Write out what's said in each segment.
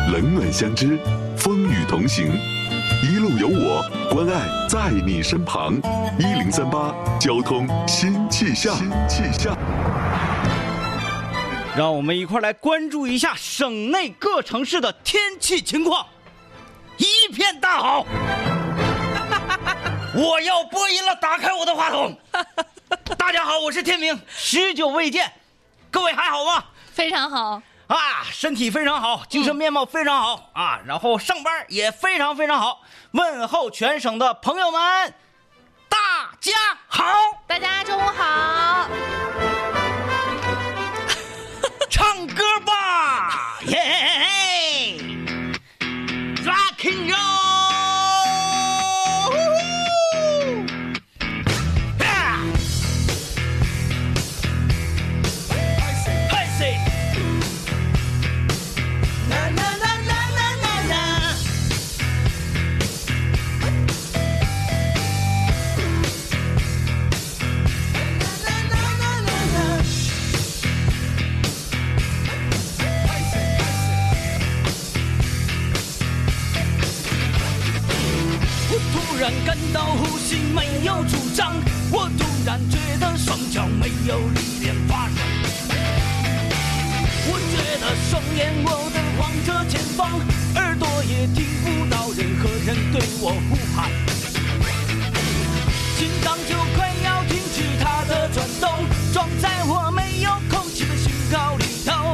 冷暖相知，风雨同行，一路有我，关爱在你身旁。1038交通新气象。 让我们一块来关注一下省内各城市的天气情况。一片大好。我要播音了，打开我的话筒。大家好，我是天明，许久未见，各位还好吗？ 非常好啊，身体非常好，精神面貌非常好啊，然后上班也非常非常好。问候全省的朋友们，大家好， 大家中午好。 唱歌吧，耶、rock and roll。突然感到呼吸没有主张，我突然觉得双脚没有力量发软，我觉得双眼我的望着前方，耳朵也听不到任何人对我呼喊，心脏就快要停止它的转动，装在我没有空气的心口里头，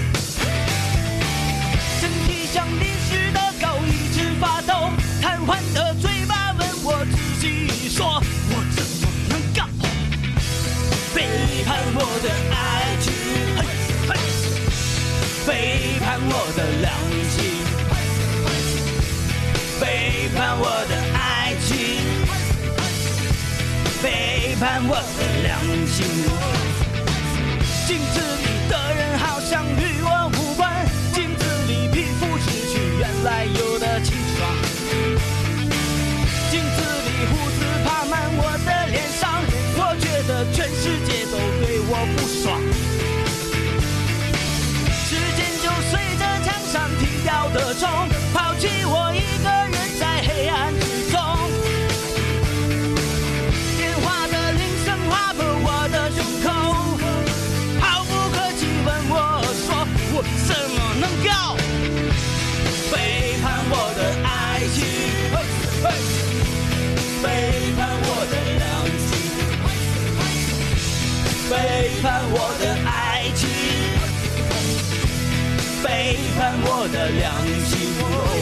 身体像淋湿的狗一直发抖，瘫痪的嘴巴我自己说，我怎么能够背叛我的爱情，背叛我的良心，背叛我的爱情，背叛我的良心。镜子里的人好像与我无关，镜子里皮肤失去原来有的清爽，镜子里胡子爬满我的脸上，我觉得全世界都对我不爽，时间就随着墙上停掉的钟，抛弃我一个人在黑暗之中，电话的铃声划破我的胸口，毫不客气问我说，我怎么能够背叛我的爱情，背叛我的良心，背叛我的爱情，背叛我的良心。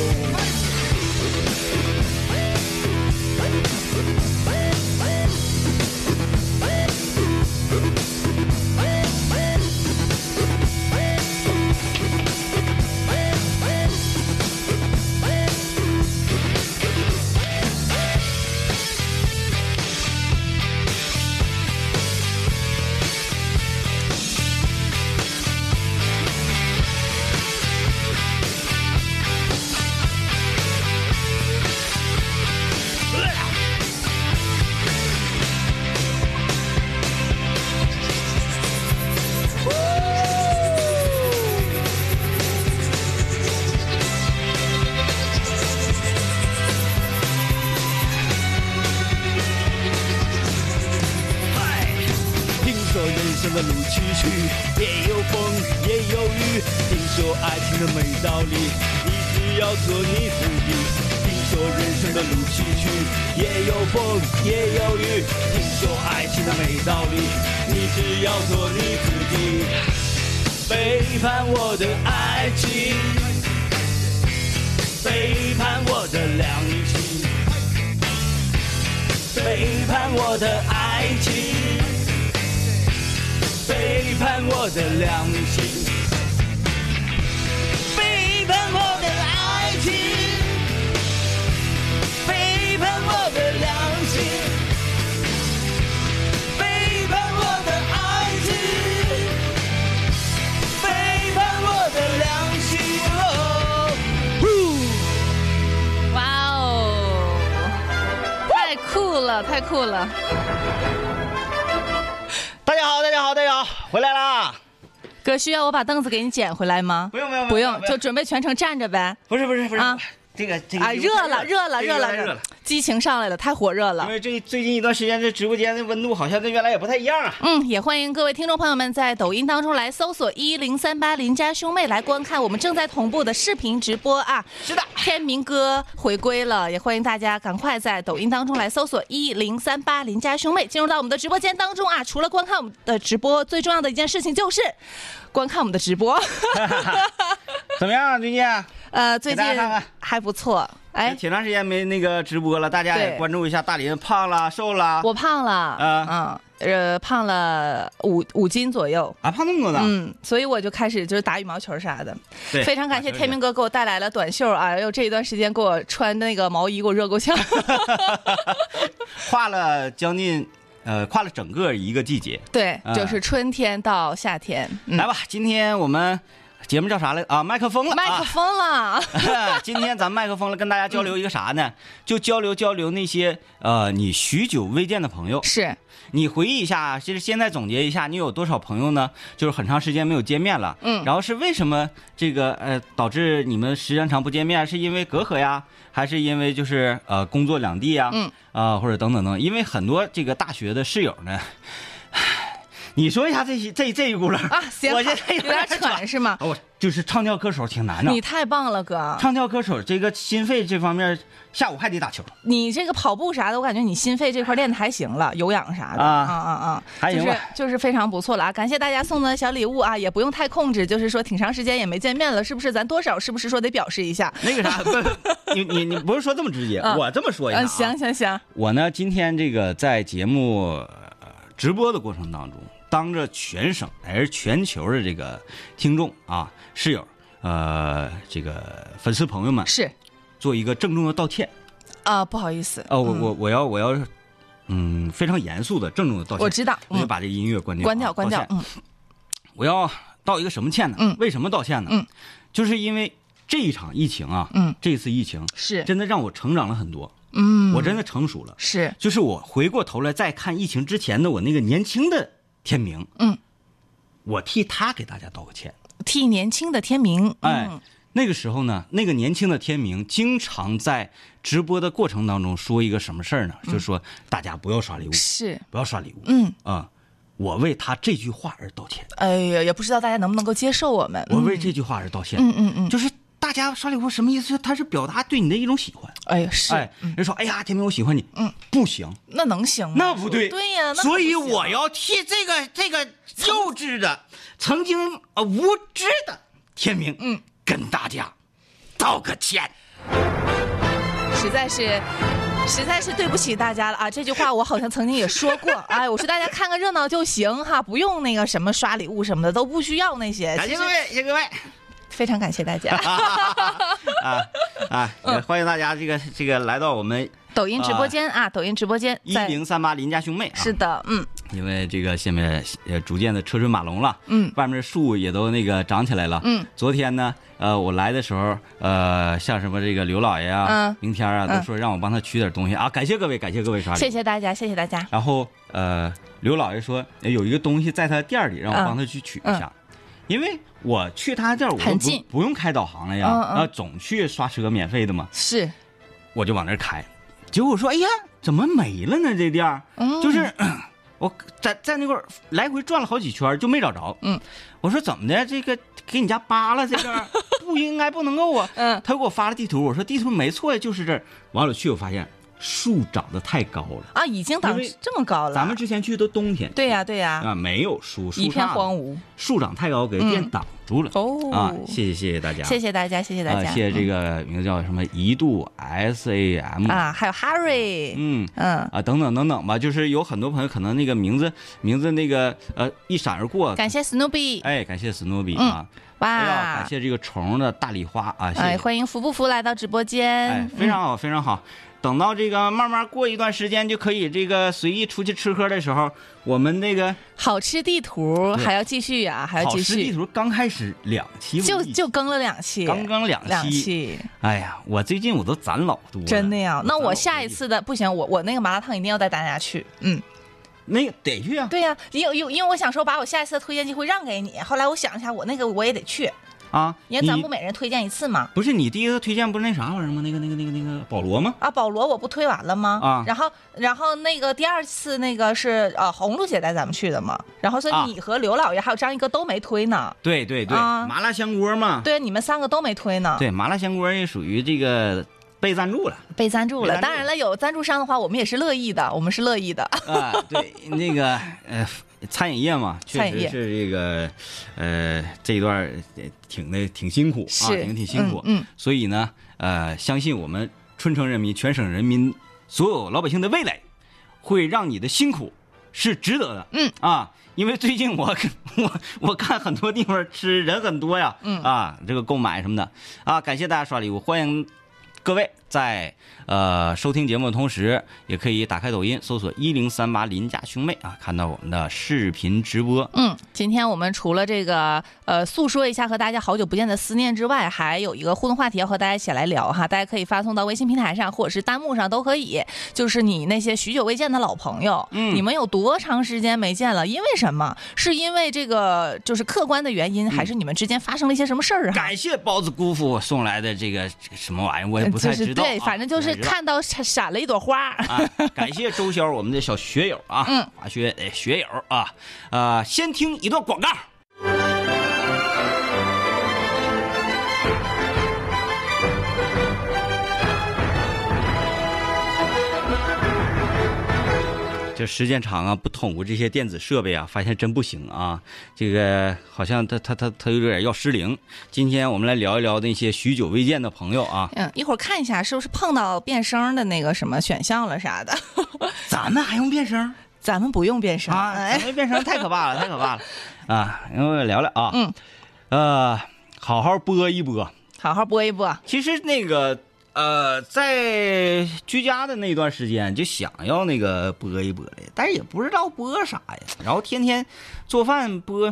的路崎岖，也有风也有雨，听说爱情的美道理，你只要做你自己。听说人生的路崎岖，也有风也有雨，听说爱情的美道理，你只要做你自己。背叛我的爱情，背叛我的良心，背叛我的爱情，背叛我的良心，背叛我的爱情，背叛我的良心，背叛我的爱情，背叛我的良心。 哇哦，太酷了，太酷了！ 大家好，大家好，大家好，回来啦！ 哥，需要我把凳子给你捡回来吗？不用，就准备全程站着呗。 不是啊， 这个啊，热了，激情上来了，太火热了。 因为最近一段时间这直播间的温度好像跟原来也不太一样啊。 也欢迎各位听众朋友们在抖音当中来搜索1038邻家兄妹来观看我们正在同步的视频直播啊。 是的， 天明哥回归了，也欢迎大家赶快在抖音当中来搜索1038邻家兄妹，进入到我们的直播间当中啊。除了观看我们的直播，最重要的一件事情就是观看我们的直播。 怎么样，最近？ 最近还不错。哎， 挺长时间没那个直播了，大家也关注一下大林胖了瘦了。 我胖了，胖了5斤左右啊，胖那么多呢。 所以我就开始就是打羽毛球啥的。 对， 非常感谢天明哥给我带来了短袖啊，又这一段时间给我穿那个毛衣，给我热够呛。 跨了整个一个季节。 对，就是春天到夏天。 来吧，今天我们节目叫啥来啊？麦克风了，今天咱麦克风了，跟大家交流一个啥呢？就交流那些你许久未见的朋友。 是你回忆一下，其实现在总结一下，你有多少朋友呢？就是很长时间没有见面了。然后是为什么这个导致你们时间长不见面？是因为隔阂呀，还是因为就是工作两地呀？或者等等。因为很多这个大学的室友呢。你说一下这一轱辘啊， 行，我现在有点喘是吗？ 就是唱跳歌手挺难的。 你太棒了，哥！ 唱跳歌手这个心肺这方面，下午还得打球。 你这个跑步啥的，我感觉你心肺这块练的还行了，有氧啥的还行吧， 就是非常不错了啊！感谢大家送的小礼物啊，也不用太控制，就是说挺长时间也没见面了，是不是？咱多少是不是说得表示一下？ 那个啥，你不是说这么直接，我这么说一下。 行。 我呢，今天这个在节目直播的过程当中。当着全省乃至全球的这个听众啊、室友、这个粉丝朋友们， 是做一个郑重的道歉啊，不好意思我要非常严肃的郑重的道歉。 我知道， 我就把这个音乐关掉。我要道一个什么歉呢？为什么道歉呢？就是因为这一场疫情啊，这次疫情是真的让我成长了很多。我真的成熟了。 是， 就是我回过头来再看疫情之前的我那个年轻的天明，我替他给大家道个歉， 替年轻的天明。 那个时候呢，那个年轻的天明经常在直播的过程当中说一个什么事儿呢？就是说大家不要刷礼物，不要刷礼物。我为他这句话而道歉。 哎呀，也不知道大家能不能够接受我们。 我为这句话而道歉。就是大家刷礼物什么意思？他是表达对你的一种喜欢。人说，哎呀，天明我喜欢你。不行， 那能行吗？ 那不对。 对呀， 所以我要替这个幼稚的、曾经无知的天明，跟大家道个歉。 实在是对不起大家了啊！这句话我好像曾经也说过。我说大家看个热闹就行哈，不用那个什么刷礼物什么的，都不需要那些。 感谢各位，谢谢各位。 非常感谢大家欢迎大家这个来到我们抖音直播间抖音直播间 1038邻家兄妹。 是的， 因为这个下面逐渐的车水马龙了，外面树也都那个长起来了，昨天呢，我来的时候，像什么这个刘老爷啊，明天啊，都说让我帮他取点东西啊，感谢各位刷礼， 谢谢大家。 然后刘老爷说有一个东西在他店里，让我帮他去取一下。因为我去他店，我不用开导航了呀，总去刷车免费的嘛。 是， 我就往那儿开，结果我说，哎呀，怎么没了呢？这店就是我在那块儿来回转了好几圈就没找着。我说怎么的？这个给你家扒了这个不能够啊。他给我发了地图，我说地图没错呀，就是这儿。完了去我发现树长得太高了已经长这么高了。 咱们之前去都冬天。 对呀没有树， 一片荒芜， 树长太高给店挡住了。谢谢大家， 谢谢大家， 谢谢这个名字叫什么一度 SAM 还有 Harry， 等等吧，就是有很多朋友可能那个名字那个一闪而过。 感谢 Snoopy， 感谢 Snoopy 哇， 感谢这个虫的大礼花谢谢。 欢迎福不福来到直播间， 非常好，非常好。等到这个慢慢过一段时间，就可以这个随意出去吃喝的时候，我们那个好吃地图还要继续还要继续。 好吃地图刚开始2期， 就更了2期， 刚更2期。哎呀，我最近我都攒老多了， 真的呀。那我下一次的不行，我那个麻辣烫一定要带大家去。 那个得去啊。 对呀、因为我想说把我下一次的推荐机会让给你，后来我想一下，我那个我也得去， 啊， 因为咱不每人推荐一次吗？ 不是你第一个推荐不是那啥玩意儿吗？那个保罗吗？ 啊，保罗我不推完了吗？ 啊， 然后那个第二次那个是红露姐带咱们去的嘛，然后所以你和刘老爷还有张一哥都没推呢。 对对对， 啊麻辣香锅嘛。 对，你们3个都没推呢。 对，麻辣香锅也属于这个被赞助了。 被赞助了，当然了，有赞助商的话，我们也是乐意的，我们是乐意的。 啊，对，那个餐饮业嘛，确实是这个这一段挺辛苦啊，挺辛苦。所以呢，相信我们春城人民、全省人民、所有老百姓的未来，会让你的辛苦是值得的。因为最近我看很多地方吃人很多呀，这个购买什么的啊，感谢大家刷礼物，欢迎各位在收听节目的同时，也可以打开抖音搜索1038邻家兄妹啊，看到我们的视频直播。 今天我们除了这个诉说一下和大家好久不见的思念之外，还有一个互动话题要和大家一起来聊哈，大家可以发送到微信平台上或者是弹幕上都可以。就是你那些许久未见的老朋友，你们有多长时间没见了？因为什么？是因为这个就是客观的原因，还是你们之间发生了一些什么事儿？ 感谢包子姑父送来的这个什么玩意儿，我也不太知道。 对，反正就是看到闪了一朵花。 感谢周潇，我们的小学友啊，滑雪学友啊，先听一段广告。这时间长啊，不通过这些电子设备啊，发现真不行啊。这个好像他有点要失灵。今天我们来聊一聊那些许久未见的朋友啊。 一会儿看一下是不是碰到变声的那个什么选项了啥的。 咱们还用变声？ 咱们不用变声啊，咱们变声太可怕了，太可怕了啊！因为聊聊啊，好好播一播， 好好播一播。 其实那个在居家的那段时间就想要那个播一播的，但是也不知道播啥呀。然后天天做饭播，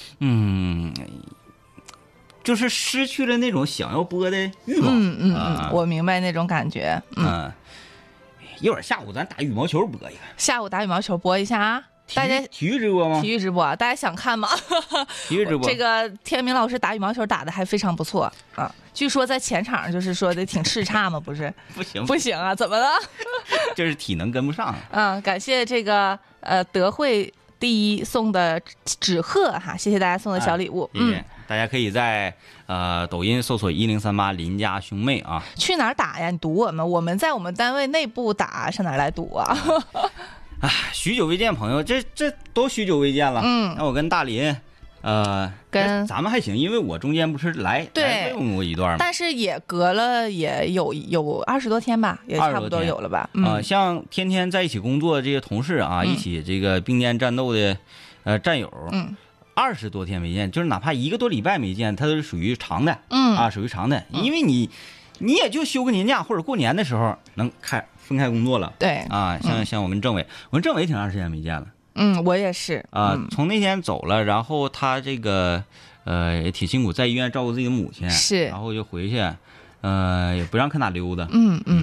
就是失去了那种想要播的欲望。 我明白那种感觉。 一会儿下午咱打羽毛球播一个。 下午打羽毛球播一下啊！大家体育直播吗？ 体育直播，大家想看吗？ 体育直播。 这个天明老师打羽毛球打的还非常不错啊！据说在前场就是说的挺叱咤嘛，不是？不行啊！怎么了？ 就是体能跟不上。 感谢这个德惠第一送的纸鹤哈，谢谢大家送的小礼物。 大家可以在抖音搜索1038邻家兄妹啊。 去哪儿打呀？你堵我们在我们单位内部打，上哪儿来堵啊？ 许久未见朋友，这都许久未见了。那我跟大林，跟咱们还行，因为我中间不是来问过一段吗？ 但是也隔了也有20多天吧，也差不多有了吧。 像天天在一起工作的这些同事啊，一起这个并肩战斗的战友，20多天没见，就是哪怕1个多礼拜没见，它都是属于长的。属于长的，因为你也就休个年假或者过年的时候能分开工作了。 对啊，像我跟政委挺长时间没见了。 我也是从那天走了，然后他这个也挺辛苦，在医院照顾自己的母亲， 是， 然后就回去，也不让看哪溜达。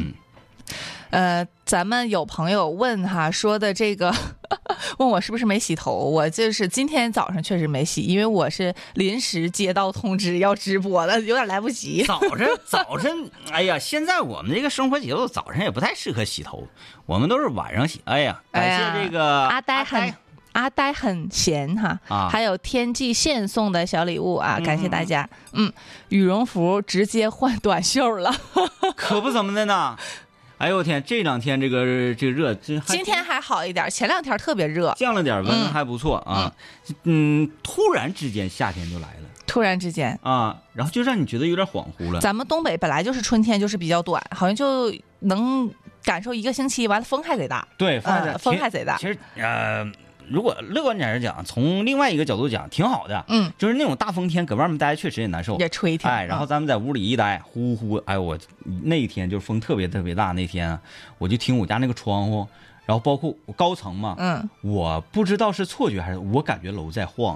咱们有朋友问哈，说的这个问我是不是没洗头，我就是今天早上确实没洗，因为我是临时接到通知要直播了，有点来不及。 早晨，哎呀，现在我们这个生活节奏，早晨也不太适合洗头，我们都是晚上洗。哎呀，感谢这个阿呆很闲哈，还有天际线送的小礼物啊，感谢大家。羽绒服直接换短袖了， 可不怎么的呢。哎呦我天，这2天这个热， 今天还好一点，前2天特别热， 降了点温，还不错啊。突然之间夏天就来了， 突然之间啊，然后就让你觉得有点恍惚了。 咱们东北本来就是春天就是比较短，好像就能感受1个星期，完了风还贼大。 对， 风还贼大。 其实如果乐观点讲，从另外一个角度讲，挺好的。就是那种大风天，搁外面待确实也难受， 也吹挺。 然后咱们在屋里一待，呼呼，我那一天就是风特别特别大，那天啊，我就听我家那个窗户，然后包括我高层嘛，我不知道是错觉还是我感觉楼在晃。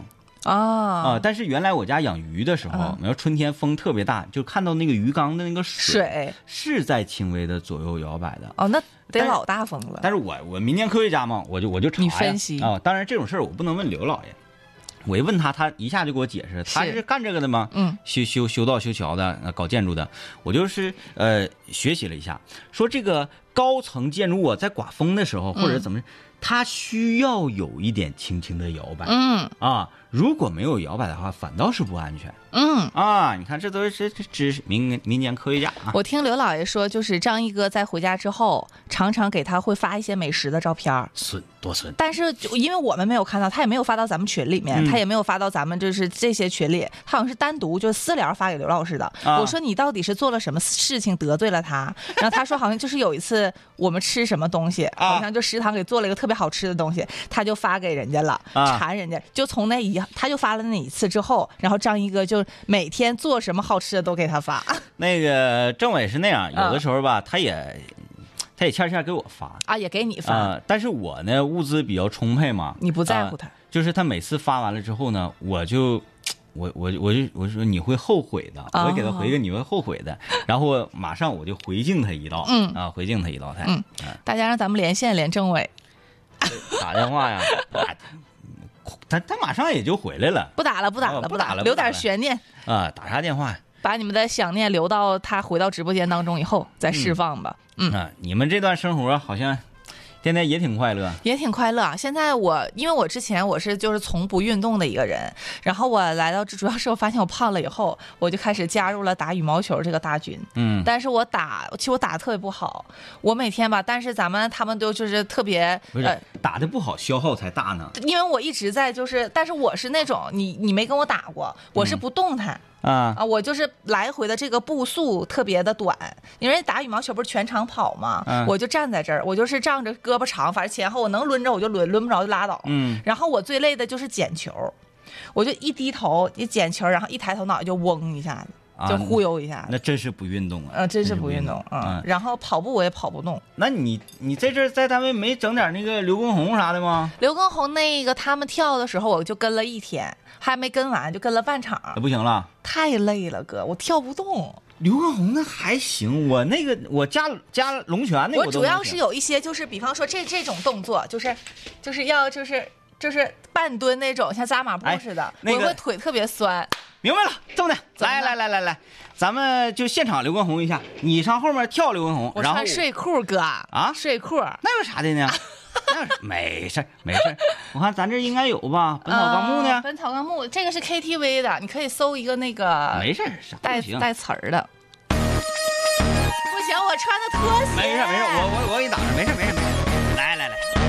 但是原来我家养鱼的时候，你说春天风特别大，就看到那个鱼缸的那个水是在轻微的左右摇摆的。 哦，那得老大风了。 但是我民间科学家嘛，我就查呀， 你分析啊。当然这种事儿我不能问刘老爷，我一问他，他一下就给我解释，他是干这个的吗？修道修桥的，搞建筑的。我就是学习了一下，说这个高层建筑物在刮风的时候或者怎么，它需要有一点轻轻的摇摆。如果没有摇摆的话，反倒是不安全。你看这都是民间科学家啊。 我听刘老爷说，就是张一哥在回家之后，常常给他会发一些美食的照片， 多损。 但是因为我们没有看到，他也没有发到咱们群里面，他也没有发到咱们就是这些群里，他好像是单独就是私聊发给刘老师的。我说你到底是做了什么事情得罪了他？然后他说好像就是有一次我们吃什么东西，好像就食堂给做了一个特别好吃的东西，他就发给人家了，馋人家。就从他就发了那一次之后，然后张一哥就每天做什么好吃的都给他发。 那个政委是那样，有的时候吧，他也欠给我发啊，也给你发但是我呢物资比较充沛嘛， 你不在乎他， 就是他每次发完了之后呢，我就说你会后悔的，我会给他回一个你会后悔的，然后马上我就回敬他一道，回敬他一道菜。 大家让咱们连线连政委， 打电话呀，他马上也就回来了， 不打了，留点悬念啊，打啥电话呀？ 把你们的想念留到他回到直播间当中以后再释放吧。 你们这段生活好像现在也挺快乐， 也挺快乐。现在因为我之前我是就是从不运动的一个人，然后我来到这主要是我发现我胖了以后，我就开始加入了打羽毛球这个大军。但是其实我打得特别不好，我每天吧，但是他们都就是特别不是打得不好，消耗才大呢。 因为我一直在但是我是那种你没跟我打过，我是不动弹。我就是来回的这个步速特别的短，因为打羽毛球不是全场跑嘛，我就站在这儿，我就是仗着胳膊长，反正前后我能抡着我就抡不着就拉倒。然后我最累的就是捡球，我就一低头一捡球，然后一抬头脑袋就嗡一下子，就忽悠一下子。 那真是不运动啊！ 真是不运动然后跑步我也跑不动。 那你在这在单位没整点那个刘畊宏啥的吗？ 刘畊宏那个他们跳的时候，我就跟了一天，还没跟完就跟了半场。 不行了， 太累了哥，我跳不动。 刘畊宏那还行，我加龙泉那个我主要是有一些就是比方说这种动作，就是要就是半蹲那种像扎马步似的，我会腿特别酸。 明白了，这么的，来，咱们就现场刘畊宏一下，你上后面跳刘畊宏， 我穿睡裤哥睡裤， 那有啥的呢？没事，我看咱这应该有吧？《本草纲目》呢？ 本草纲目这个是 KTV 的，你可以搜一个那个没事， 带词儿的。不行，我穿的拖鞋。 没事，我给你打上，没事。来，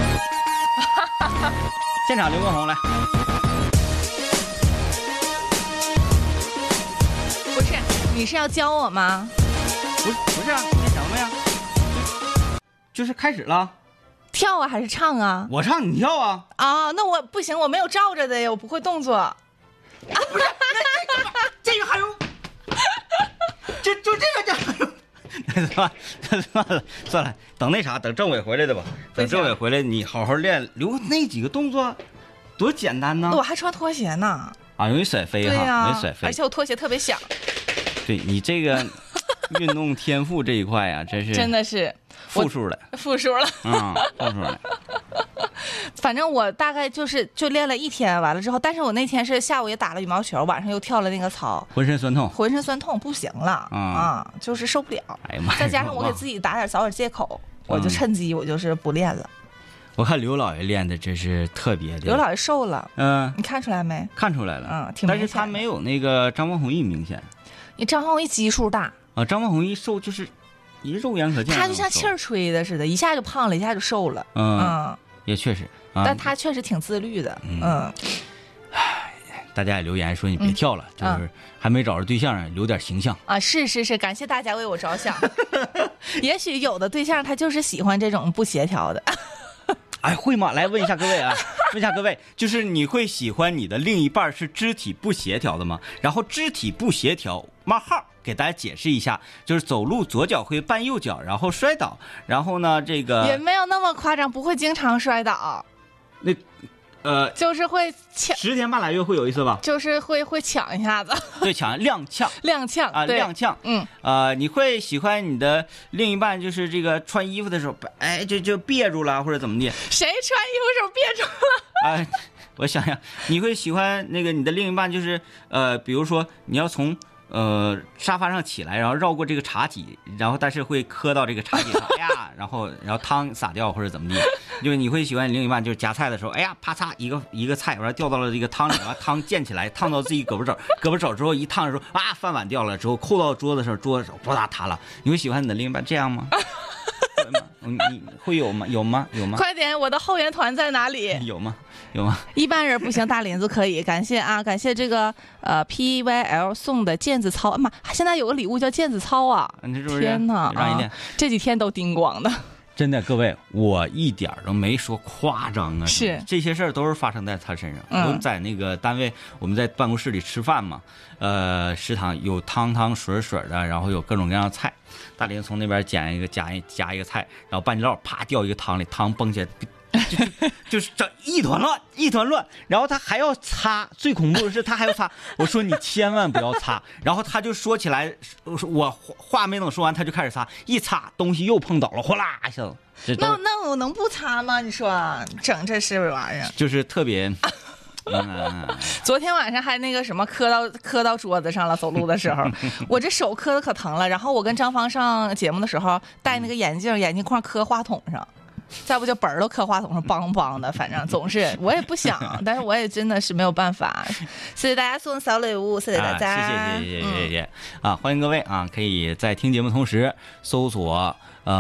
现场刘畊宏来。 不是，你是要教我吗？ 不是啊，那什么呀？就是开始了。 跳啊还是唱啊？ 我唱你跳啊！ 那我不行，我没有照着的呀，我不会动作。 不是，这个还有，就这个算了，等政委回来的吧。等政委回来，你好好练，留那几个动作，多简单呢。 我还穿拖鞋呢。 容易甩飞哈，容易甩飞。 而且我拖鞋特别响。 对你这个运动天赋这一块呀，真的是。复数了， 复数了。反正我大概就练了一天，完了之后，但是我那天是下午也打了羽毛球，晚上又跳了那个操， 浑身酸痛， 不行了就是受不了。 哎呀妈呀！ 再加上我给自己找点借口，我就趁机我就是不练了。 我看刘老爷练的真是特别的。 刘老爷瘦了，你看出来没？ 看出来了， 挺明显。 但是他没有那个张文宏毅明显。 你张文宏毅基数大张文宏毅瘦就是。一肉眼可见， 他就像气儿吹的似的，一下就胖了，一下就瘦了。 也确实， 但他确实挺自律的。 大家也留言说你别跳了，就是还没找着对象，留点形象是，感谢大家为我着想。也许有的对象他就是喜欢这种不协调的。 会吗？来问一下各位，就是你会喜欢你的另一半是肢体不协调的吗？然后肢体不协调冒号。给大家解释一下，就是走路左脚会绊右脚，然后摔倒，然后呢，这个也没有那么夸张，不会经常摔倒。 那就是会抢 10天半拉月会有一次吧？ 就是会抢一下子， 对，踉跄啊， 踉跄，你会喜欢你的另一半就是这个穿衣服的时候，哎，就别住了或者怎么的？ 谁穿衣服时候别住了？ 我想想，你会喜欢那个你的另一半就是比如说你要从沙发上起来，然后绕过这个茶几，然后但是会磕到这个茶几上，哎呀，然后汤洒掉或者怎么地，就是你会喜欢你另一半就是夹菜的时候，哎呀，啪嚓一个菜，然后掉到了这个汤里，然后汤溅起来烫到自己胳膊肘之后一烫的时候啊，饭碗掉了之后扣到桌子的时候，桌子不打塌了，你会喜欢你的另一半这样吗？你会有吗？有吗？ 快点，我的后援团在哪里？ 有吗？ 一般人不行，大林子可以。感谢这个PYL 送的毽子操，妈，现在有个礼物叫毽子操啊！天哪，这几天都叮咣的。 真的，各位，我一点都没说夸张啊， 是这些事儿都是发生在他身上。我们在那个单位，我们在办公室里吃饭嘛，食堂有汤水的，然后有各种各样的菜。大林从那边夹一个菜，然后半截料啪掉一个汤里，汤崩起来。就是整一团乱，然后他还要擦，最恐怖的是他还要擦。我说你千万不要擦，然后他就说起来，我话没等说完，他就开始擦，一擦东西又碰倒了，哗啦一下子。 那我能不擦吗？你说整这是玩意儿， 就是特别。 昨天晚上还那个什么磕到桌子上了，走路的时候，我这手磕的可疼了。然后我跟张芳上节目的时候戴那个眼镜框磕话筒上。再不就本儿都磕话筒上梆的，反正总是我也不想，但是我也真的是没有办法。谢谢大家送小礼物，谢谢大家， 谢谢啊！欢迎各位啊，可以在听节目同时搜索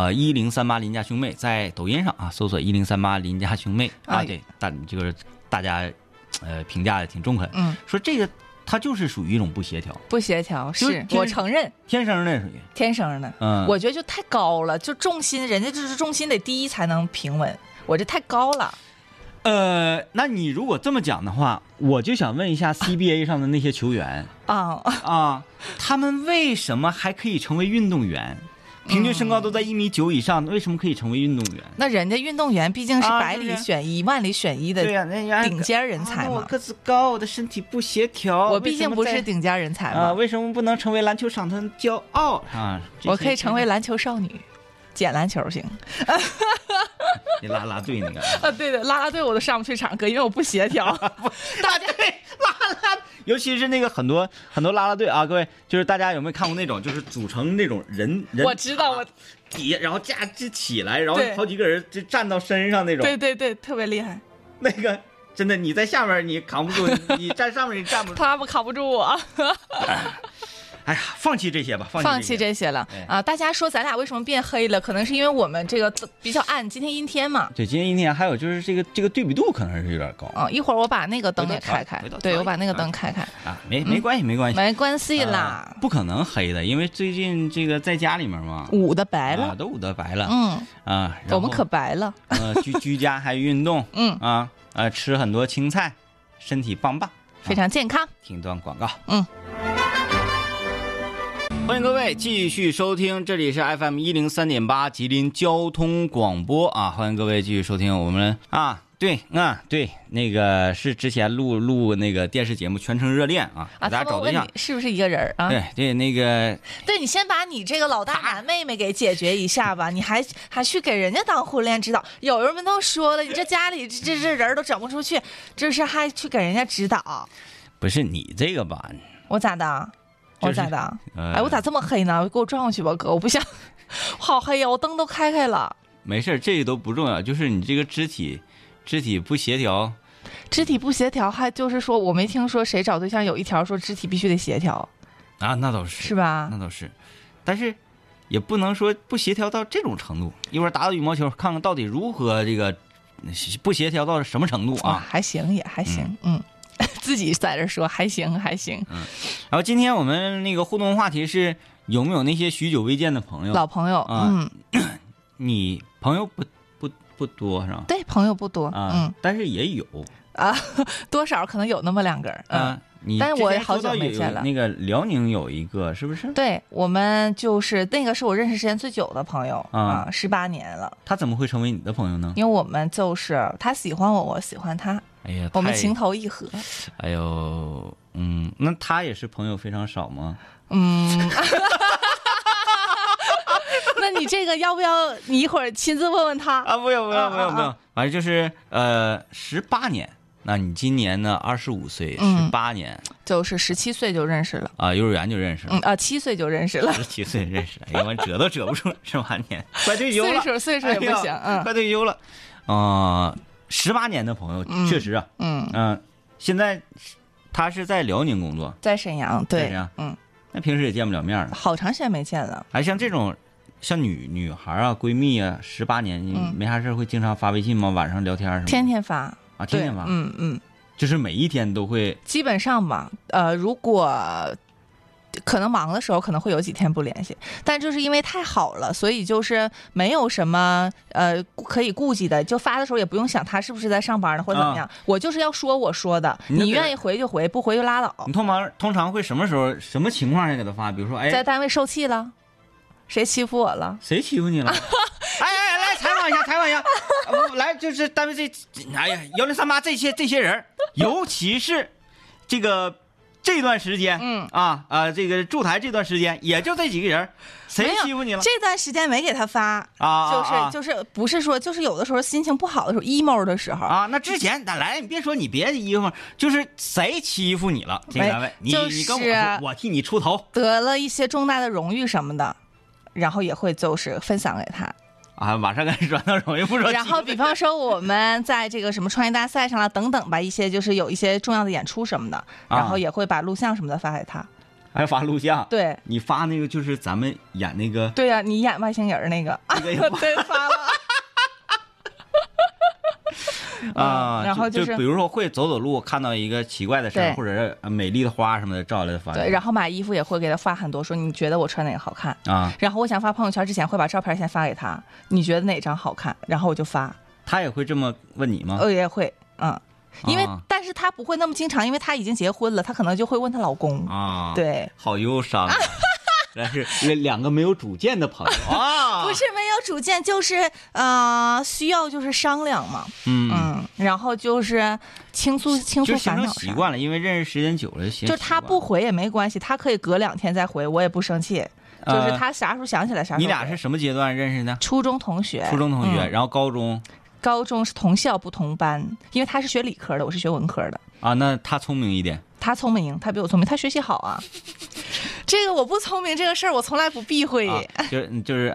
1038邻家兄妹，在抖音上啊搜索1038邻家兄妹啊，对，大家评价的挺中肯，说这个。它就是属于一种不协调， 是我承认， 天生的属于天生的，我觉得就太高了，就重心，人家就是重心得低才能平稳，我这太高了。 那你如果这么讲的话，我就想问一下 CBA 上的那些球员他们为什么还可以成为运动员？平均身高都在1.9米以上，为什么可以成为运动员？ 那人家运动员毕竟是百里选一、万里选一的顶尖人才嘛。 我个子高，我的身体不协调。 我毕竟不是顶尖人才嘛。 为什么不能成为篮球场的骄傲啊？ 我可以成为篮球少女，捡篮球行。 你拉队那个对的，拉队我都上不去场，哥，因为我不协调。 大家拉。尤其是那个很多啦队啊，各位，就是大家有没有看过那种，就是组成那种人我知道，我底下然后架起来，然后好几个人就站到身上那种， 对，特别厉害。 那个真的，你在下面你扛不住，你站上面你站不住， 他们扛不住我。 哎呀，放弃这些吧， 放弃这些了啊！大家说咱俩为什么变黑了？可能是因为我们这个比较暗，今天阴天嘛。 对，今天阴天，还有就是这个对比度可能是有点高一会儿我把那个灯也开开，对，我把那个灯开开啊，没关系啦， 不可能黑的，因为最近这个在家里面嘛， 捂得白了， 都捂得白了， 我们可白了， 居家还运动，吃很多青菜，身体棒， 非常健康。 听段广告，欢迎各位继续收听，这里是 FM 103.8吉林交通广播啊！欢迎各位继续收听我们对，那个是之前录那个电视节目《全程热恋》啊，给大家找对象， 是不是一个人啊？ 对，那个， 对你先把你这个老大难妹妹给解决一下吧，你还去给人家当婚恋指导？有人们都说了，你这家里这人都整不出去，这是还去给人家指导？ 不是你这个吧？ 我咋的？我咋的？我咋这么黑呢？给我撞上去吧，哥！我不想，好黑呀！我灯都开了。 没事，这个都不重要，就是你这个肢体不协调。 肢体不协调，还就是说我没听说谁找对象有一条说肢体必须得协调啊，那倒是， 是吧？ 那倒是，但是也不能说不协调到这种程度。一会儿打打羽毛球，看看到底如何这个不协调到什么程度啊？ 还行，也还行，自己在这说还行。 然后今天我们那个互动话题是有没有那些许久未见的朋友， 老朋友你朋友不多是吧？ 对，朋友不多但是也有多少可能有那么2个但是我好久没见了。 那个辽宁有一个是不是？ 对，我们就是那个是我认识时间最久的朋友18年了。 他怎么会成为你的朋友呢？ 因为我们就是他喜欢我，我喜欢他。 哎呀， 我们情投意合。 哎呦，那他也是朋友非常少吗？ 那你这个要不要你一会儿亲自问问他啊？不用，反正就是18年。那你今年呢？25岁，18年， 就是17岁就认识了啊，幼儿园就认识了 ，7岁就认识了 ，17岁认识了，哎呀，我折都折不住18年，快退休了， 岁数也不行， 快退休了，18年的朋友确实啊，现在他是在辽宁工作， 在沈阳，对， 那平时也见不了面了， 好长时间没见了。 还像这种像女孩啊，闺蜜啊，18年没啥事会经常发微信吗？晚上聊天什么？ 天天发。 啊，天天发，就是每一天都会， 基本上吧，如果可能忙的时候，可能会有几天不联系，但就是因为太好了，所以就是没有什么可以顾忌的，就发的时候也不用想他是不是在上班呢或者怎么样，我就是要说我说的，你愿意回就回，不回就拉倒。 你通常会什么时候、什么情况下给他发？比如说，哎， 在单位受气了，谁欺负我了？ 谁欺负你了？来采访一下，来就是单位哎呀1038这些人，尤其是这段时间，这个驻台这段时间，也就这几个人，谁欺负你了？ 这段时间没给他发就是不是说，就是有的时候心情不好的时候 emo 的时候啊。那之前来，你别说你别的衣服，就是谁欺负你了？这个单位，你跟我说，我替你出头， 得了一些重大的荣誉什么的，然后也会就是分享给他。 啊，马上开始转到荣誉不说。 然后，比方说我们在这个什么创业大赛上了等等吧，一些就是有一些重要的演出什么的，然后也会把录像什么的发给他。 还发录像？ 对， 你发那个就是咱们演那个。 对呀，你演外星人那个。对，发了。然后就比如说会走路，看到一个奇怪的事儿，或者是美丽的花什么的，照来发。 对，然后买衣服也会给他发很多，说你觉得我穿哪个好看啊？ 然后我想发朋友圈之前会把照片先发给他，你觉得哪张好看？然后我就发。 他也会这么问你吗？ 也会，因为但是他不会那么经常，因为他已经结婚了，他可能就会问她老公啊。 对， 好忧伤。但是两个没有主见的朋友啊， 不是没有主见，就是需要就是商量嘛，然后就是倾诉烦恼， 习惯了，因为认识时间久了， 就他不回也没关系，他可以隔2天再回，我也不生气，就是他啥时候想起来啥时候。 你俩是什么阶段认识的？ 初中同学， 然后高中是同校不同班，因为他是学理科的，我是学文科的啊。那他聪明一点， 他聪明，他比我聪明，他学习好啊。这个我不聪明这个事儿，我从来不避讳。 就是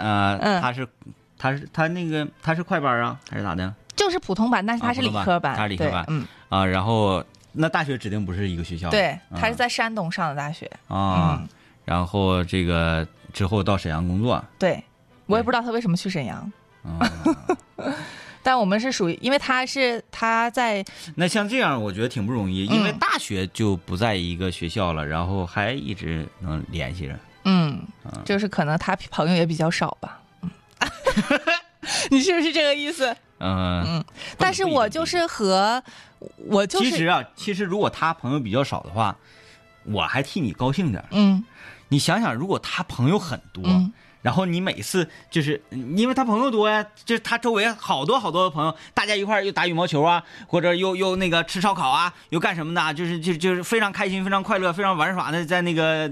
他是快班啊，还是咋的？ 就是普通班，但是他是理科班， 他是理科班，然后那大学指定不是一个学校， 对，他是在山东上的大学啊。然后这个之后到沈阳工作， 对，我也不知道他为什么去沈阳。但我们是属于，因为他在那像这样，我觉得挺不容易，因为大学就不在一个学校了，然后还一直能联系着。 就是可能他朋友也比较少吧。你是不是这个意思？但是我就是其实如果他朋友比较少的话，我还替你高兴点。你想想，如果他朋友很多。然后你每次就是因为他朋友多呀，就是他周围好多的朋友，大家一块儿又打羽毛球啊，或者又那个吃烧烤啊，又干什么的，就是非常开心、非常快乐、非常玩耍的，在那个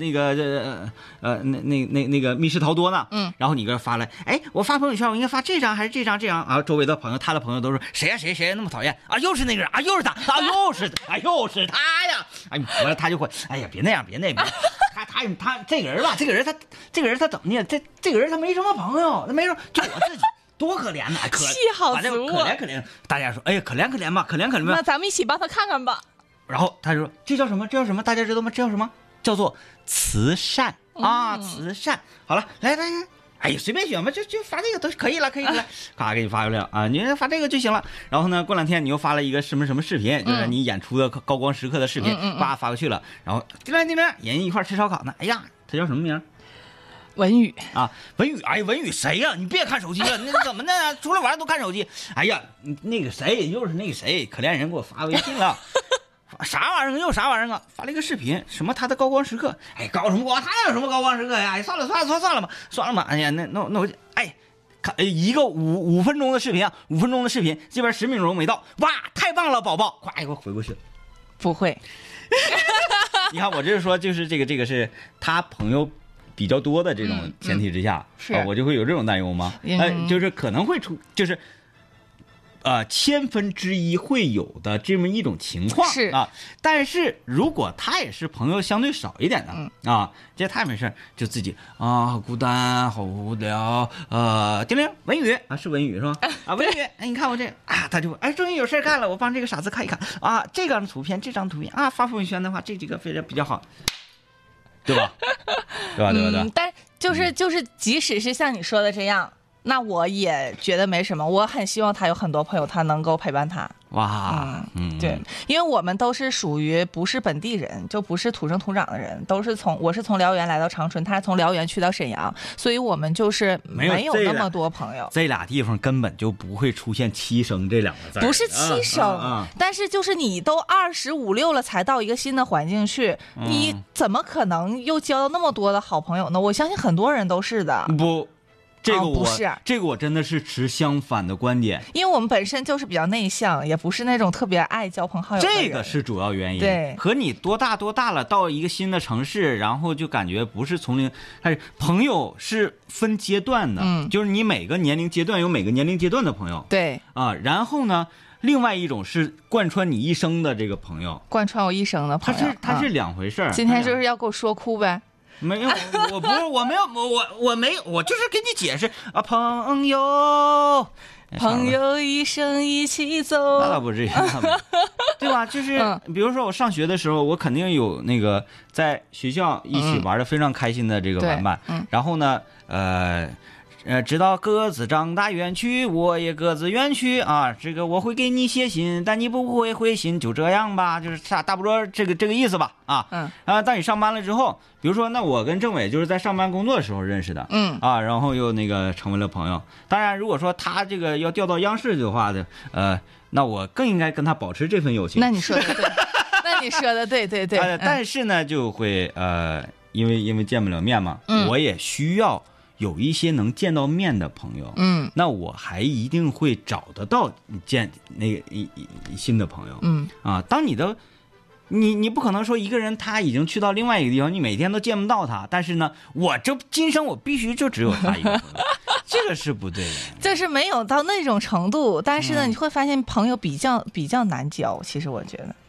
密室逃脱呢。然后你搁发来，哎，我发朋友圈，我应该发这张还是这张？啊，周围的朋友，他的朋友都说谁呀谁那么讨厌啊，又是那个人啊，又是他啊，又是他呀！哎，完了他就会，哎呀，别那样。他这个人吧，这个人他怎么呢？这个人他没什么朋友，他没什么，就我自己多可怜呐！ 气好足啊！ 可怜，大家说，哎呀，可怜吧，可怜吧。 那咱们一起帮他看看吧。 然后他说，这叫什么？大家知道吗？这叫什么？叫做慈善啊！慈善。好了，来，哎呀，随便选吧，就发这个都可以了，咔给你发过来啊！你发这个就行了。然后呢，过2天你又发了一个什么视频，就是你演出的高光时刻的视频，发过去了。然后人一块吃烧烤呢。哎呀，他叫什么名？ 文宇啊，文宇，哎，文宇谁呀？你别看手机了，那怎么呢？出来玩都看手机。哎呀，那个谁，又是那个谁，可怜人给我发微信了。啥玩意儿？又啥玩意儿啊？发了一个视频，什么他的高光时刻？哎，高什么光？他有什么高光时刻呀？哎，算了吧。哎呀，那我哎， 一个5分钟的视频啊，5分钟的视频，这边10秒钟没到，哇，太棒了，宝宝，咵一会儿回过去了。 不会。 你看我这是说，就是这个是他朋友比较多的这种前提之下， 是我就会有这种担忧吗？就是可能会出，就是千分之一会有的这么一种情况是啊。但是如果他也是朋友相对少一点的啊，这他没事就自己好孤单，好无聊，叮铃，文宇啊，是文宇是吧？啊，文宇，哎，你看我这啊，他就终于有事干了，我帮这个傻子看一看啊，这张图片啊，发朋友圈的话，这几个非常比较好，对吧？对吧？ 但就是即使是像你说的这样。那我也觉得没什么，我很希望他有很多朋友，他能够陪伴他。 哇， 对，因为我们都是属于不是本地人，就不是土生土长的人，我是从辽源来到长春，他是从辽源去到沈阳，所以我们就是没有那么多朋友。 这俩地方根本就不会出现七生这2个字， 不是七生，但是就是你都25、26了才到一个新的环境去，你怎么可能又交到那么多的好朋友呢？我相信很多人都是的。 不。 不是， 这个我真的是持相反的观点， 因为我们本身就是比较内向，也不是那种特别爱交朋好友的人。 这个是主要原因。 对， 和你多大了，到一个新的城市，然后就感觉不是从零，但是朋友是分阶段的，就是你每个年龄阶段有每个年龄阶段的朋友。 对啊，然后呢，另外一种是贯穿你一生的这个朋友， 贯穿我一生的朋友， 它是2回事。 今天就是要给我说哭呗。 没有，我不是，我没有，我没有，我就是给你解释啊，朋友一生一起走， 那倒不至于，对吧？就是比如说我上学的时候，我肯定有那个在学校一起玩的非常开心的这个玩伴，然后呢，直到鸽子长大远去，我也各自远去啊。这个我会给你写信，但你不会回信，就这样吧，就是大不多这个意思吧啊。当你上班了之后，比如说那我跟政委就是在上班工作的时候认识的，然后又那个成为了朋友。当然，如果说他这个要调到央视的话的，那我更应该跟他保持这份友情。 那你说的对，那你说的对。 但是呢，就会因为见不了面嘛，我也需要有一些能见到面的朋友，那我还一定会找得到见那个新的朋友，当你不可能说一个人他已经去到另外一个地方，你每天都见不到他，但是呢，我这今生我必须就只有他一个朋友，这个是不对的， 就是没有到那种程度，但是呢，你会发现朋友比较难交，其实我觉得，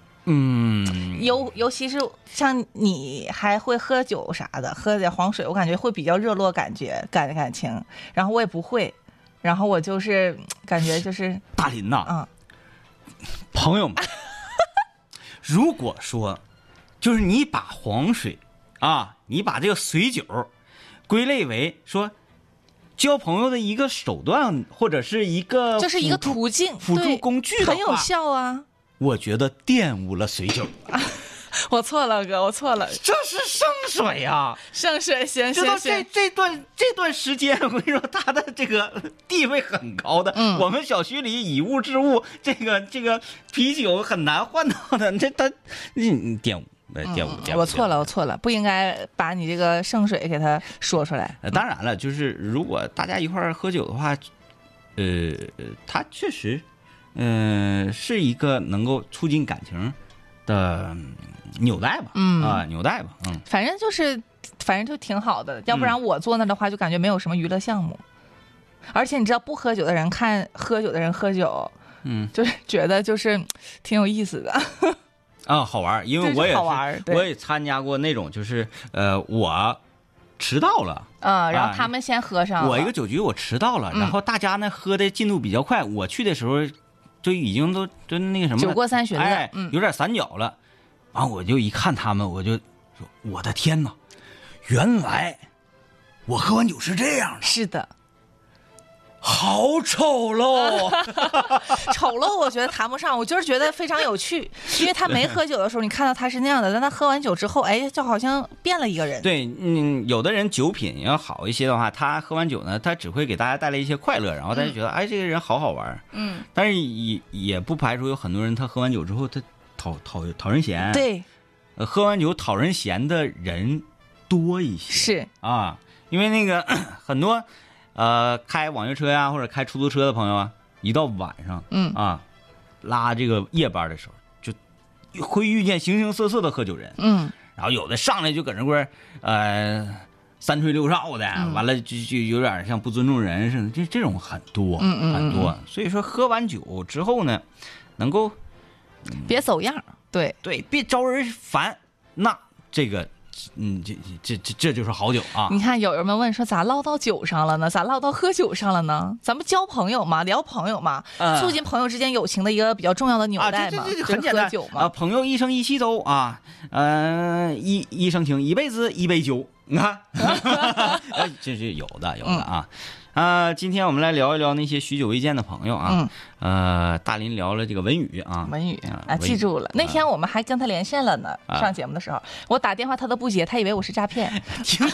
尤其是像你还会喝酒啥的，喝点黄水，我感觉会比较热络感情，然后我也不会，然后我就是感觉就是大林呐，朋友们，如果说就是你把黄水你把这个水酒归类为说交朋友的一个手段或者是一个就是一个途径辅助工具的话， 很有效啊。 我觉得玷污了水酒。 我错了哥，我错了， 这是圣水啊！ 圣水，行。 这段时间，我跟你说，他的这个地位很高的。我们小区里以物治物，这个啤酒很难换到的，他玷污。 我错了，不应该把你这个圣水给他说出来。 当然了，就是如果大家一块儿喝酒的话，他确实，是一个能够促进感情的纽带吧，纽带吧， 反正就挺好的，要不然我坐那的话就感觉没有什么娱乐项目，而且你知道不喝酒的人看喝酒的人喝酒，就是觉得就是挺有意思的。 好玩，因为我也参加过那种，就是我迟到了， 然后他们先喝上了， 我一个酒局我迟到了，然后大家呢喝的进度比较快，我去的时候就已经都那个什么酒过三巡了， 有点散脚了，然后我就一看他们，我就说我的天哪，原来我喝完酒是这样的， 是的。 好丑陋， 丑陋我觉得谈不上，我就是觉得非常有趣，因为他没喝酒的时候你看到他是那样的，但他喝完酒之后，就好像变了一个人。 对，有的人酒品要好一些的话，他喝完酒呢，他只会给大家带来一些快乐，然后大家觉得这个人好玩，但是也不排除有很多人他喝完酒之后他讨人嫌， 对， 喝完酒讨人嫌的人多一些， 是因为那个很多。 开网约车呀或者开出租车的朋友啊，一到晚上，拉这个夜班的时候，就会遇见形形色色的喝酒人，然后有的上来就搁那块三吹六哨的，完了就有点像不尊重人似的，这种很多，很多。所以说喝完酒之后呢，能够别走样，对， 别招人烦，那这个。这就是好酒啊！ 你看，有人们问说，咋唠到酒上了呢？咋唠到喝酒上了呢？咱们交朋友嘛，聊朋友嘛，促进朋友之间友情的一个比较重要的纽带嘛， 这很简单啊。朋友一生一起走啊，一生情，一辈子一杯酒，你看，这是有的啊。今天我们来聊一聊那些许久未见的朋友啊。大林聊了这个文宇啊， 记住了。那天我们还跟他连线了呢，上节目的时候，我打电话他都不接，他以为我是诈骗。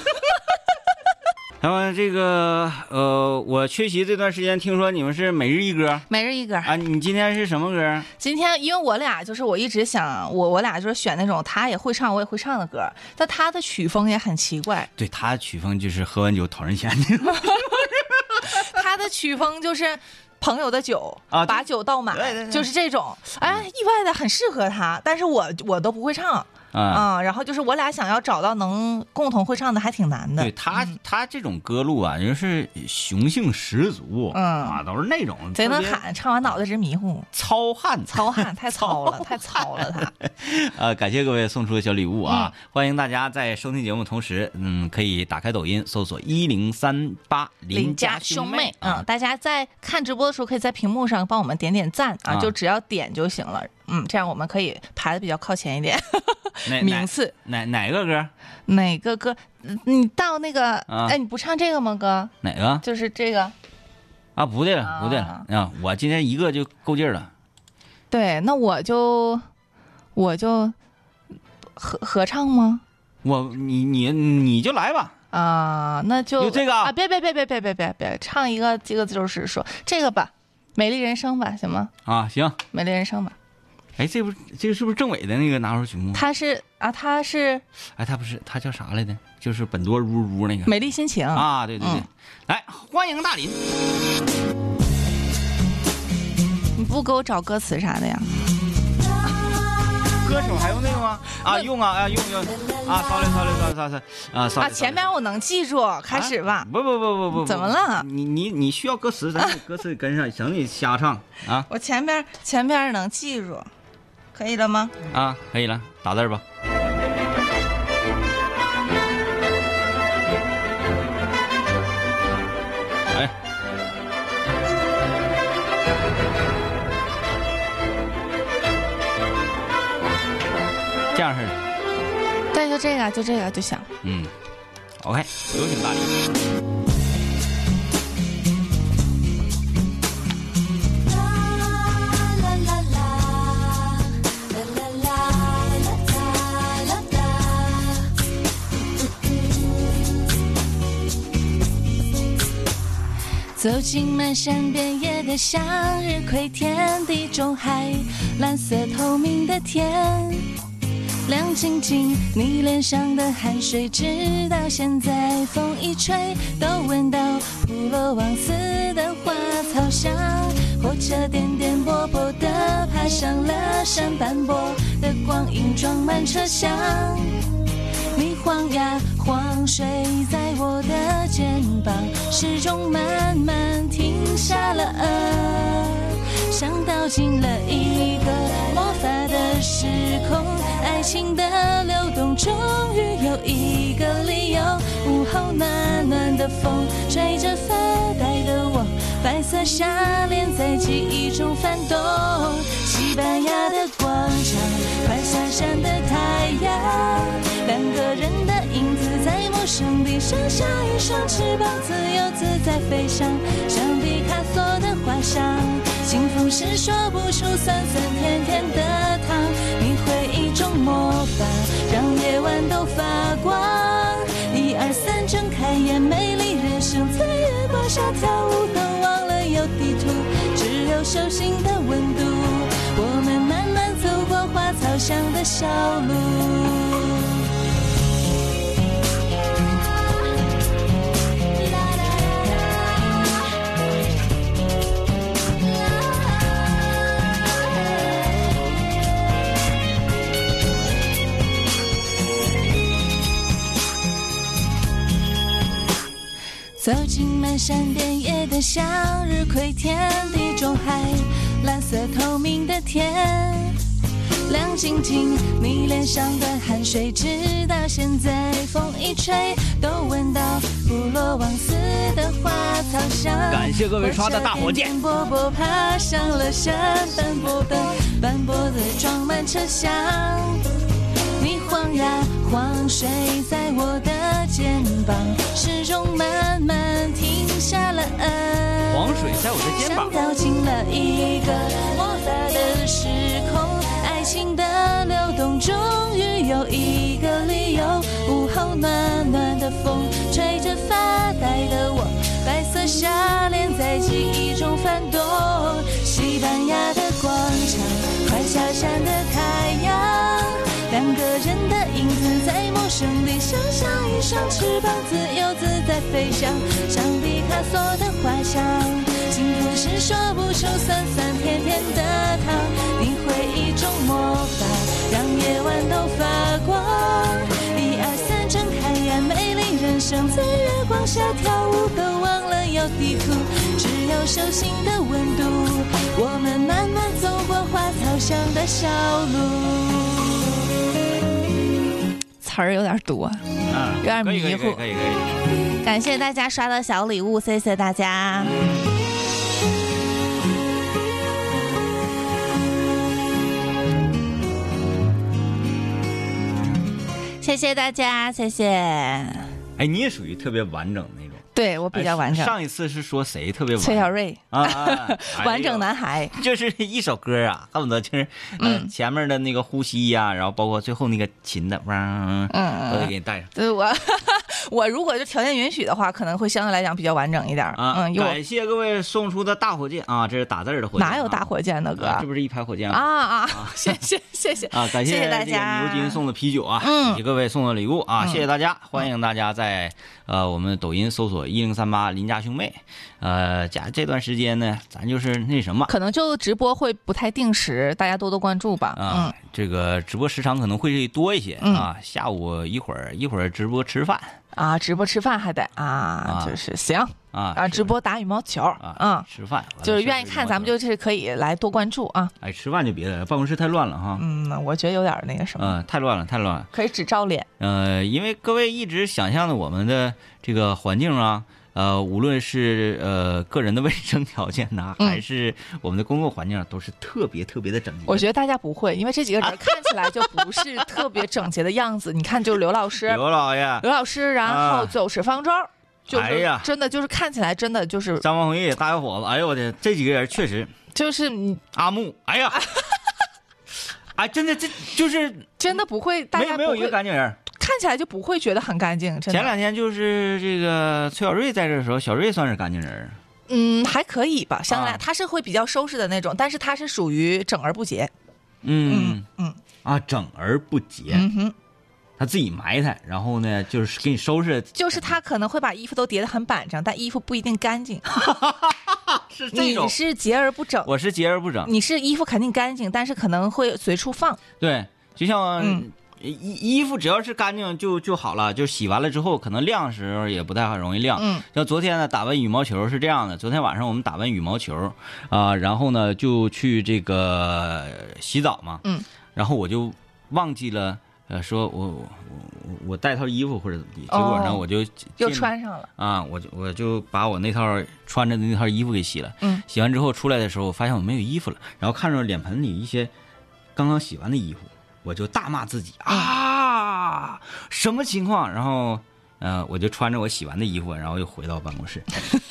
那么这个我缺席这段时间，听说你们是每日一歌啊。 你今天是什么歌？ 今天因为我俩就是我一直想我俩就是选那种他也会唱我也会唱的歌，但他的曲风也很奇怪。 对，他的曲风就是喝完酒讨人嫌的。 他的曲风就是朋友的酒把酒倒满，就是这种。意外的很适合他，但是我都不会唱。然后就是我俩想要找到能共同会唱的还挺难的。 对他这种歌路啊，就是雄性十足，都是那种贼能喊，唱完脑袋直迷糊， 糙汉太糙了，太糙了他。 感谢各位送出的小礼物啊！欢迎大家在收听节目同时，可以打开抖音搜索1038邻家兄妹大家在看直播的时候，可以在屏幕上帮我们点点赞啊，就只要点就行了。这样我们可以排的比较靠前一点。名次哪个歌？ 哪个歌？你到那个你不唱这个吗，哥？ 哪个？ 就是这个啊，不对了啊！我今天一个就够劲了。 对，那我就合唱吗？ 你就来吧。 那就这个啊！ 别唱一个，这个就是说这个吧，美丽人生吧，行吗？ 行， 美丽人生吧。 这个是不是政委的那个拿手曲目？ 他是他不是，他叫啥来着？就是本多如那个美丽心情对，来欢迎大林。 你不给我找歌词啥的呀？ 歌手还用那个吗？用sorry 前面我能记住，开始吧。 不， 怎么了？ 你需要歌词，咱歌词跟上，省你瞎唱啊。 我前边能记住，可以了吗？ 可以了，打字吧。这样式的， 对，就这个就行。 OK， 有请大林。 走进漫山遍野的向日葵田地中海，蓝色透明的天，亮晶晶，你脸上的汗水，直到现在风一吹都闻到普罗旺斯的花草香。火车颠颠簸簸地爬上了山斑驳的光影，装满车厢。你晃呀晃，睡在我的肩膀，时钟慢慢停下了，像倒进了一个魔法的时空，爱情的流动终于有一个理由。午后暖暖的风吹着发呆的我，白色纱帘在记忆中翻动。西班牙的广场，快下山的太阳，两个人的影子在陌生地上像一双翅膀，自由自在飞翔，像毕卡索的画像。幸福是说不出酸酸甜甜的糖，你会一种魔法让夜晚都发光。1、2、3，睁开眼，美丽人生在月光下跳舞，都忘了有地图，只有手心的温度。我们慢慢走过花草香的小路。 走进漫山遍野的向日葵天地中海，蓝色透明的天亮晶晶，你脸上的汗水直到现在风一吹都闻到普罗旺斯的花草香。 感谢各位刷的大火箭， 波波爬上了圣诞柏本，斑驳的装满车厢，你晃呀晃睡在我的肩膀，时钟慢慢停下了黄水在我的肩膀， 像掉进了一个魔法的时空，爱情的流动终于有一个理由。午后暖暖的风吹着发呆的我，白色纱帘在记忆中翻动，西班牙的广场，快下山的太阳，两个人的影子在陌生地想象一双翅膀自由自在飞翔，像毕卡索的画像。幸福是说不出酸酸甜甜的糖，你回忆中魔法让夜晚都发光。1、2、3睁开眼，美丽人生在月光下跳舞，都忘了有地图，只有手心的温度。我们慢慢走过花草香的小路。词儿有点多，有点迷糊。 可以。 感谢大家刷的小礼物，谢谢大家。谢谢大家，谢谢。 哎，你也属于特别完整那种。 对，我比较完整。 上一次是说谁特别完整？ 崔小瑞完整男孩， 就是一首歌啊，恨不得就是前面的那个呼吸呀，然后包括最后那个琴的嗡，都得给你带上。 对，我如果就条件允许的话，可能会相对来讲比较完整一点啊。感谢各位送出的大火箭啊，这是打字的火箭。 哪有大火箭的哥？ 这不是一排火箭吗？ 啊！谢谢啊！感谢大家牛津送的啤酒啊，给各位送的礼物啊，谢谢大家！欢迎大家在我们抖音搜索1038邻家兄妹，这段时间呢，咱就是那什么， 可能就直播会不太定时，大家多多关注吧。 这个直播时长可能会多一些啊，下午一会儿直播吃饭啊，直播吃饭还得就是行啊，直播打羽毛球吃饭就是愿意看，咱们就是可以来多关注啊。 哎，吃饭就别了，办公室太乱了哈。 我觉得有点那个什么， 太乱了， 可以只照脸。 因为各位一直想象的我们的这个环境啊。无论是个人的卫生条件呐，还是我们的工作环境，都是特别的整洁。 我觉得大家不会，因为这几个人看起来就不是特别整洁的样子。你看，就是刘老师、 刘老师， 然后走石方舟，就是真的就是看起来真的就是张方弘毅大小伙子。哎呦我的，这几个人确实就是阿木。哎呀，哎，真的这就是真的不会，大家没有一个干净人。 看起来就不会觉得很干净。 前2天就是这个崔小瑞在这的时候，小瑞算是干净人。 还可以吧，相对来他是会比较收拾的那种，但是他是属于整而不洁。 整而不洁。他自己埋汰，然后呢，就是给你收拾。 就是他可能会把衣服都叠得很板正，但衣服不一定干净。 是这种。 你是洁而不整， 我是洁而不整。 你是衣服肯定干净，但是可能会随处放。 对，就像。衣服只要是干净就好了，就洗完了之后可能晾的时候也不太容易晾。像昨天呢打完羽毛球是这样的，昨天晚上我们打完羽毛球然后呢就去这个洗澡嘛。然后我就忘记了说我带套衣服或者怎么地，结果呢我就又穿上了我就把我那套穿着的那套衣服给洗了。洗完之后出来的时候，我发现我没有衣服了，然后看着脸盆里一些刚刚洗完的衣服。我就大骂自己什么情况？然后我就穿着我洗完的衣服，然后又回到办公室。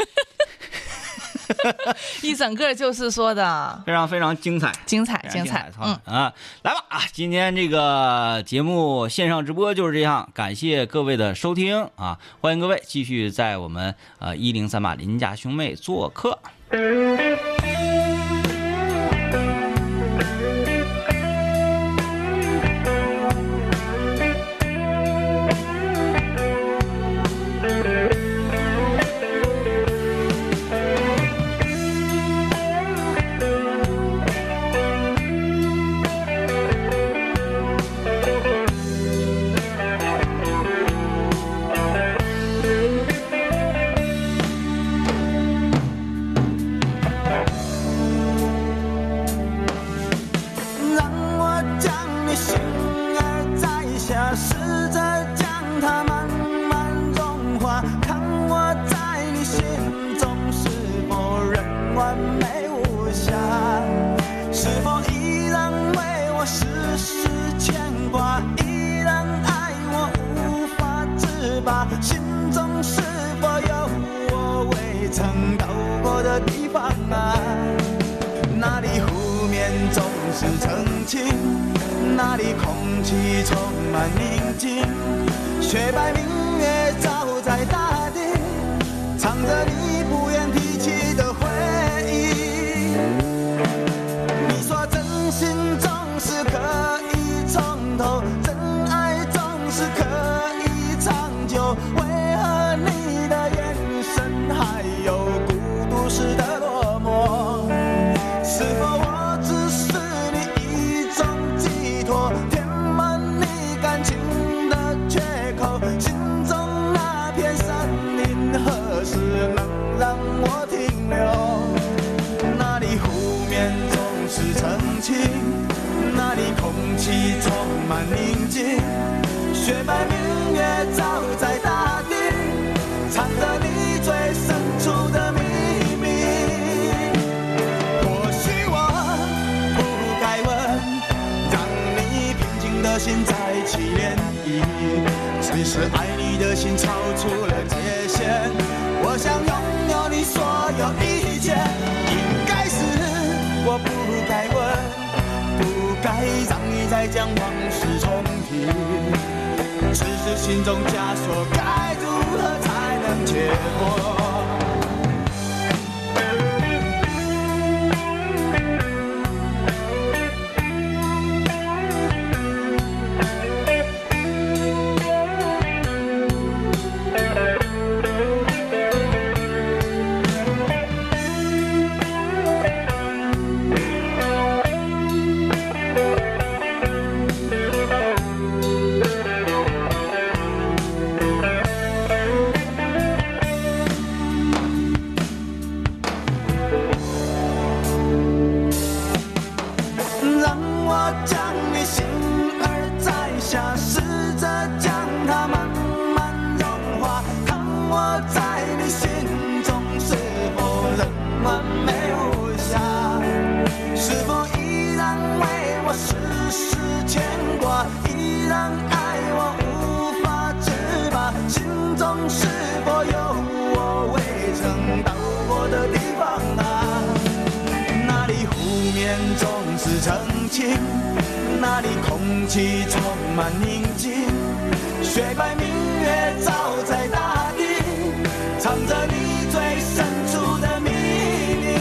一整个就是说的非常精彩来吧今天这个节目线上直播就是这样，感谢各位的收听啊！欢迎各位继续在我们1038邻家兄妹做客。 情，那里空气充满宁静，雪白明月照在大地，唱着你不愿提起的回忆。你说真心总是可以从头，真爱总是可以长久，为何你的眼神还有孤独时的落寞？是否我只是你一种寄托，填满你感情的缺口？心中那片森林何时能让我停留？那里湖面总是澄清，那里空气充满宁静，雪白明月照在大地，藏着你最深处的秘密。或许我不该问，让你平静的心再起涟漪，只是爱你的心超出了界限。我想拥有你所有一切，应该是我不该问，不该让你再将往事重提，只是心中枷锁该如何才能解脱？那里空气充满宁静，雪白明月照在大地，藏着你最深处的秘密。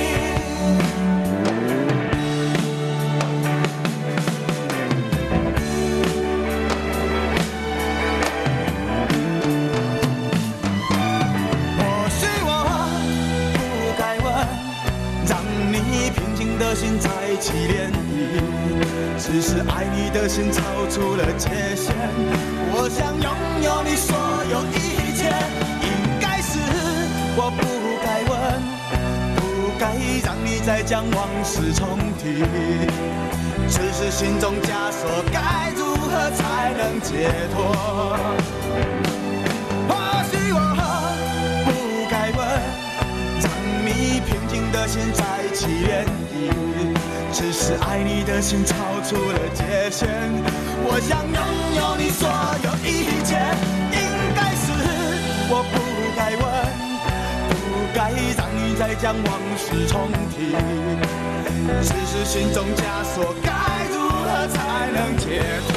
或许我不该问，让你平静的心再起涟漪，只是爱你的心超出了界限。我想拥有你所有一切，应该是我不该问，不该让你再将往事重提，只是心中枷锁该如何才能解脱？或许我不该问，让你平静的心再起涟漪，只是爱你的心超出了界限。我想拥有你所有一切，应该是我不该问，不该让你再将往事重提，只是心中枷锁该如何才能解脱？